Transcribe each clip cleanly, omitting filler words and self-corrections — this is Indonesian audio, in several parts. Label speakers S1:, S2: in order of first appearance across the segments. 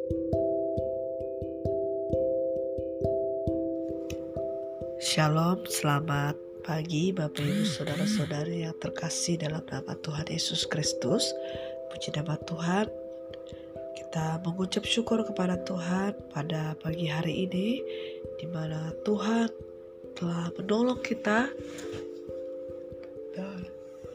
S1: Shalom, selamat pagi Bapak Ibu Saudara-saudari yang terkasih dalam nama Tuhan Yesus Kristus. Puji nama Tuhan. Kita mengucap syukur kepada Tuhan pada pagi hari ini, di mana Tuhan telah menolong kita dan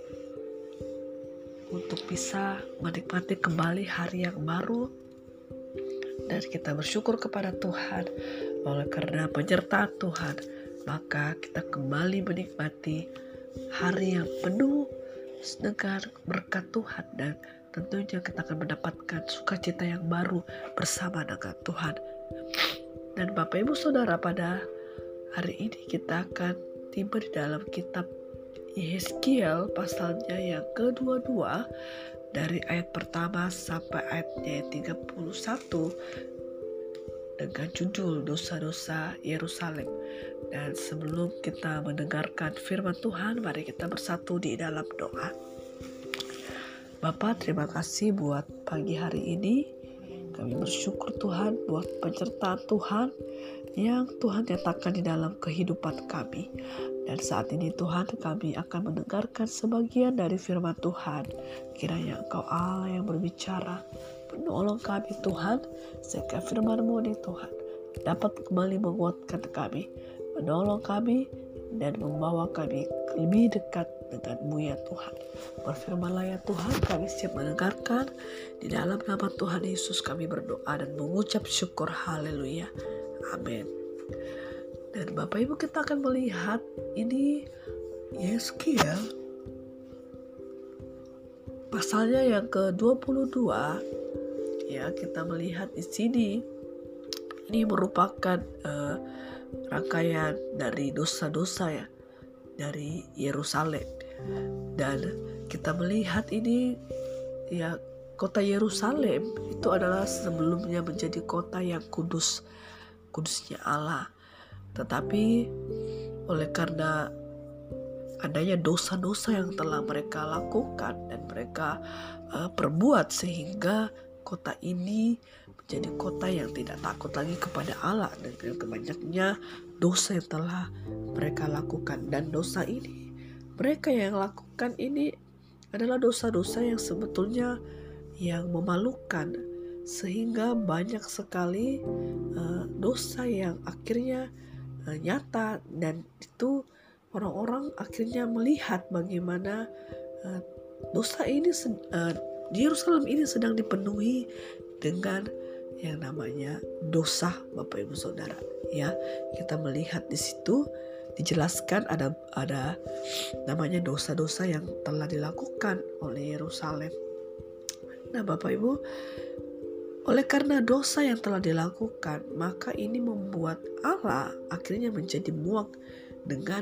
S1: untuk bisa menikmati kembali hari yang baru. Dan kita bersyukur kepada Tuhan oleh karena penyertaan Tuhan, maka kita kembali menikmati hari yang penuh dengan berkat Tuhan, dan tentunya kita akan mendapatkan sukacita yang baru bersama dengan Tuhan. Dan Bapak Ibu Saudara, pada hari ini kita akan tiba di dalam kitab Yeskiel pasalnya yang ke-22 dari ayat pertama sampai ayatnya 31 dengan judul dosa-dosa Yerusalem. Dan sebelum kita mendengarkan firman Tuhan, mari kita bersatu di dalam doa. Bapa, terima kasih buat pagi hari ini. Kami bersyukur Tuhan buat penyertaan Tuhan yang Tuhan nyatakan di dalam kehidupan kami. Dan saat ini Tuhan, kami akan mendengarkan sebagian dari firman Tuhan. Kiranya Engkau Allah yang berbicara, menolong kami Tuhan, sehingga firman-Mu ini Tuhan dapat kembali menguatkan kami, menolong kami, dan membawa kami lebih dekat dengan-Mu ya Tuhan. Berfirmanlah ya Tuhan, kami siap mendengarkan. Di dalam nama Tuhan Yesus kami berdoa dan mengucap syukur. Haleluya. Amin. Dan Bapak Ibu, kita akan melihat ini Yeskiel pasalnya yang ke-22. Ya, kita melihat di sini ini merupakan rangkaian dari dosa-dosa ya dari Yerusalem. Dan kita melihat ini ya, kota Yerusalem itu adalah sebelumnya menjadi kota yang kudusnya Allah. Tetapi oleh karena adanya dosa-dosa yang telah mereka lakukan dan mereka perbuat, sehingga kota ini menjadi kota yang tidak takut lagi kepada Allah dengan banyaknya dosa yang telah mereka lakukan. Dan dosa ini, mereka yang lakukan ini adalah dosa-dosa yang sebetulnya yang memalukan, sehingga banyak sekali dosa yang akhirnya nyata, dan itu orang-orang akhirnya melihat bagaimana dosa ini di Yerusalem ini sedang dipenuhi dengan yang namanya dosa, Bapak Ibu Saudara. Ya, kita melihat di situ dijelaskan ada namanya dosa-dosa yang telah dilakukan oleh Yerusalem. Nah, Bapak Ibu, oleh karena dosa yang telah dilakukan, maka ini membuat Allah akhirnya menjadi muak dengan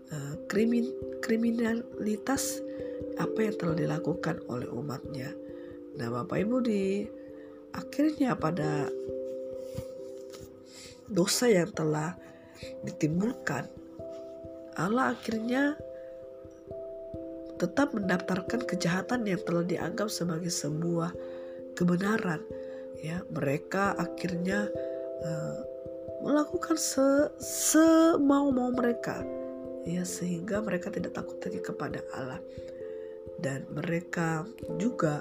S1: kriminalitas apa yang telah dilakukan oleh umatnya. Nah, Bapak Ibu, di akhirnya pada dosa yang telah ditimbulkan, Allah akhirnya tetap mendaftarkan kejahatan yang telah dianggap sebagai sebuah kebenaran. Ya, mereka akhirnya melakukan semau-mau mereka, ya, sehingga mereka tidak takut lagi kepada Allah. Dan mereka juga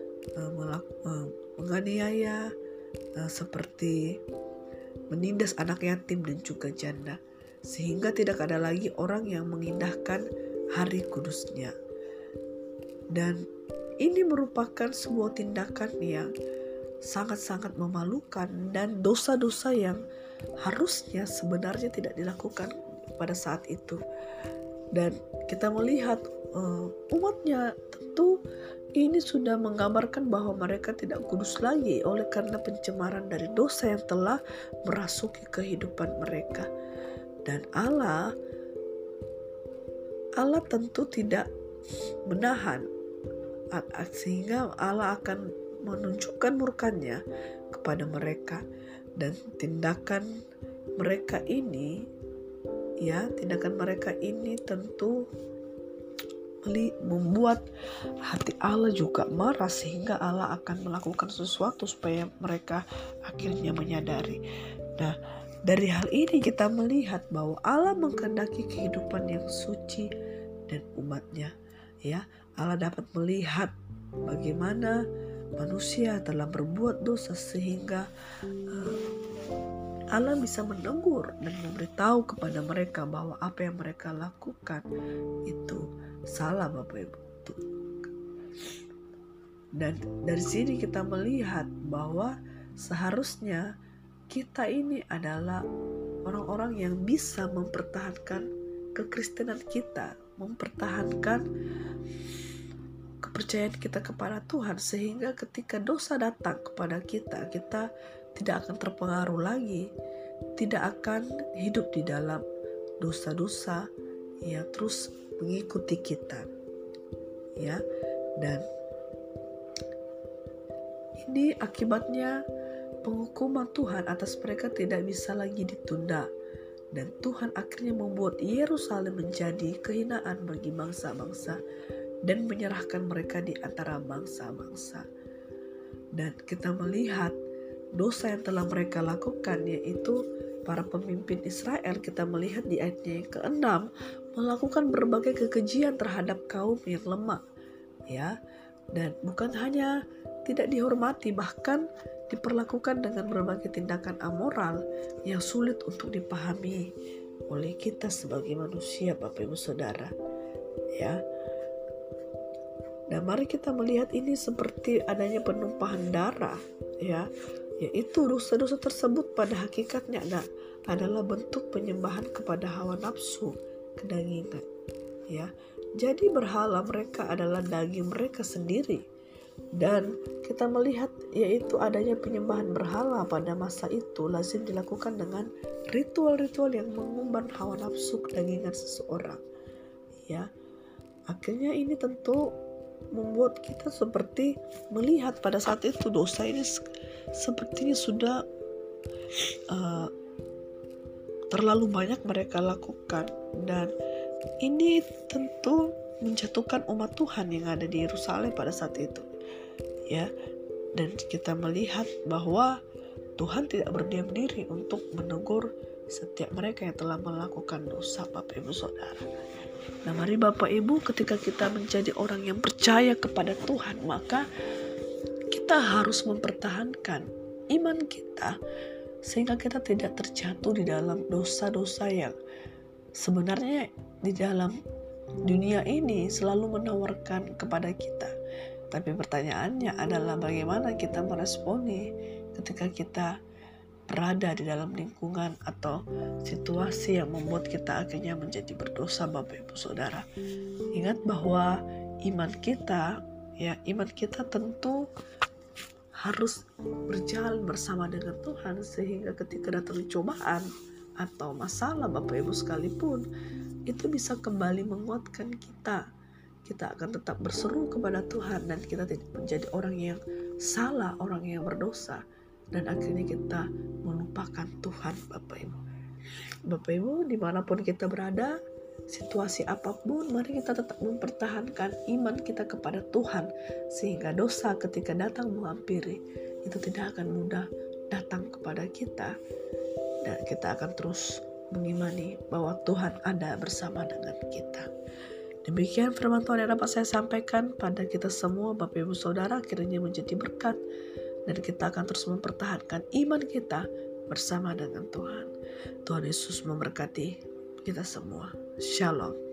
S1: menganiaya, seperti menindas anak yatim dan juga janda, sehingga tidak ada lagi orang yang mengindahkan hari kudusnya. Dan ini merupakan sebuah tindakan yang sangat-sangat memalukan dan dosa-dosa yang harusnya sebenarnya tidak dilakukan pada saat itu. Dan kita melihat umatnya tentu ini sudah menggambarkan bahwa mereka tidak kudus lagi oleh karena pencemaran dari dosa yang telah merasuki kehidupan mereka. Dan Allah tentu tidak menahan, sehingga Allah akan menunjukkan murkanya kepada mereka. Dan tindakan mereka ini tentu membuat hati Allah juga marah, sehingga Allah akan melakukan sesuatu supaya mereka akhirnya menyadari. Nah, dari hal ini kita melihat bahwa Allah mengkehendaki kehidupan yang suci dan umatnya. Ya, Allah dapat melihat bagaimana manusia telah berbuat dosa, sehingga Allah bisa menegur dan memberitahu kepada mereka bahwa apa yang mereka lakukan itu salah, Bapak Ibu. Dan dari sini kita melihat bahwa seharusnya kita ini adalah orang-orang yang bisa mempertahankan kekristenan kita, mempertahankan kepercayaan kita kepada Tuhan, sehingga ketika dosa datang kepada kita, kita tidak akan terpengaruh lagi, tidak akan hidup di dalam dosa-dosa yang terus mengikuti kita. Ya, dan ini akibatnya penghukuman Tuhan atas mereka tidak bisa lagi ditunda, dan Tuhan akhirnya membuat Yerusalem menjadi kehinaan bagi bangsa-bangsa dan menyerahkan mereka di antara bangsa-bangsa. Dan kita melihat dosa yang telah mereka lakukan, yaitu para pemimpin Israel, kita melihat di ayatnya yang ke-6, melakukan berbagai kekejian terhadap kaum yang lemah. Ya, dan bukan hanya tidak dihormati, bahkan diperlakukan dengan berbagai tindakan amoral yang sulit untuk dipahami oleh kita sebagai manusia, Bapak Ibu Saudara. Ya. Dan mari kita melihat ini seperti adanya penumpahan darah, ya, yaitu dosa-dosa tersebut pada hakikatnya adalah bentuk penyembahan kepada hawa nafsu kedagingan. Ya, jadi berhala mereka adalah daging mereka sendiri. Dan kita melihat yaitu adanya penyembahan berhala pada masa itu lazim dilakukan dengan ritual-ritual yang mengumbar hawa nafsu kedagingan seseorang. Ya, akhirnya ini tentu membuat kita seperti melihat pada saat itu dosa ini sepertinya sudah terlalu banyak mereka lakukan, dan ini tentu menjatuhkan umat Tuhan yang ada di Yerusalem pada saat itu. Ya, dan kita melihat bahwa Tuhan tidak berdiam diri untuk menegur setiap mereka yang telah melakukan dosa, Bapak Ibu Saudara. Nah, mari Bapak Ibu, ketika kita menjadi orang yang percaya kepada Tuhan, maka kita harus mempertahankan iman kita sehingga kita tidak terjatuh di dalam dosa-dosa yang sebenarnya di dalam dunia ini selalu menawarkan kepada kita. Tapi pertanyaannya adalah bagaimana kita meresponi ketika kita berada di dalam lingkungan atau situasi yang membuat kita akhirnya menjadi berdosa, Bapak Ibu Saudara. Ingat bahwa iman kita tentu harus berjalan bersama dengan Tuhan, sehingga ketika datang cobaan atau masalah, Bapak Ibu sekalipun, itu bisa kembali menguatkan kita. Kita akan tetap berseru kepada Tuhan dan kita tidak menjadi orang yang salah, orang yang berdosa, dan akhirnya kita melupakan Tuhan, Bapak Ibu. Bapak Ibu, dimanapun kita berada, situasi apapun, mari kita tetap mempertahankan iman kita kepada Tuhan, sehingga dosa ketika datang menghampiri itu tidak akan mudah datang kepada kita, dan kita akan terus mengimani bahwa Tuhan ada bersama dengan kita. Demikian firman Tuhan yang dapat saya sampaikan pada kita semua, Bapak Ibu Saudara, kiranya menjadi berkat, dan kita akan terus mempertahankan iman kita bersama dengan Tuhan. Tuhan Yesus memberkati kita semua. Shalom.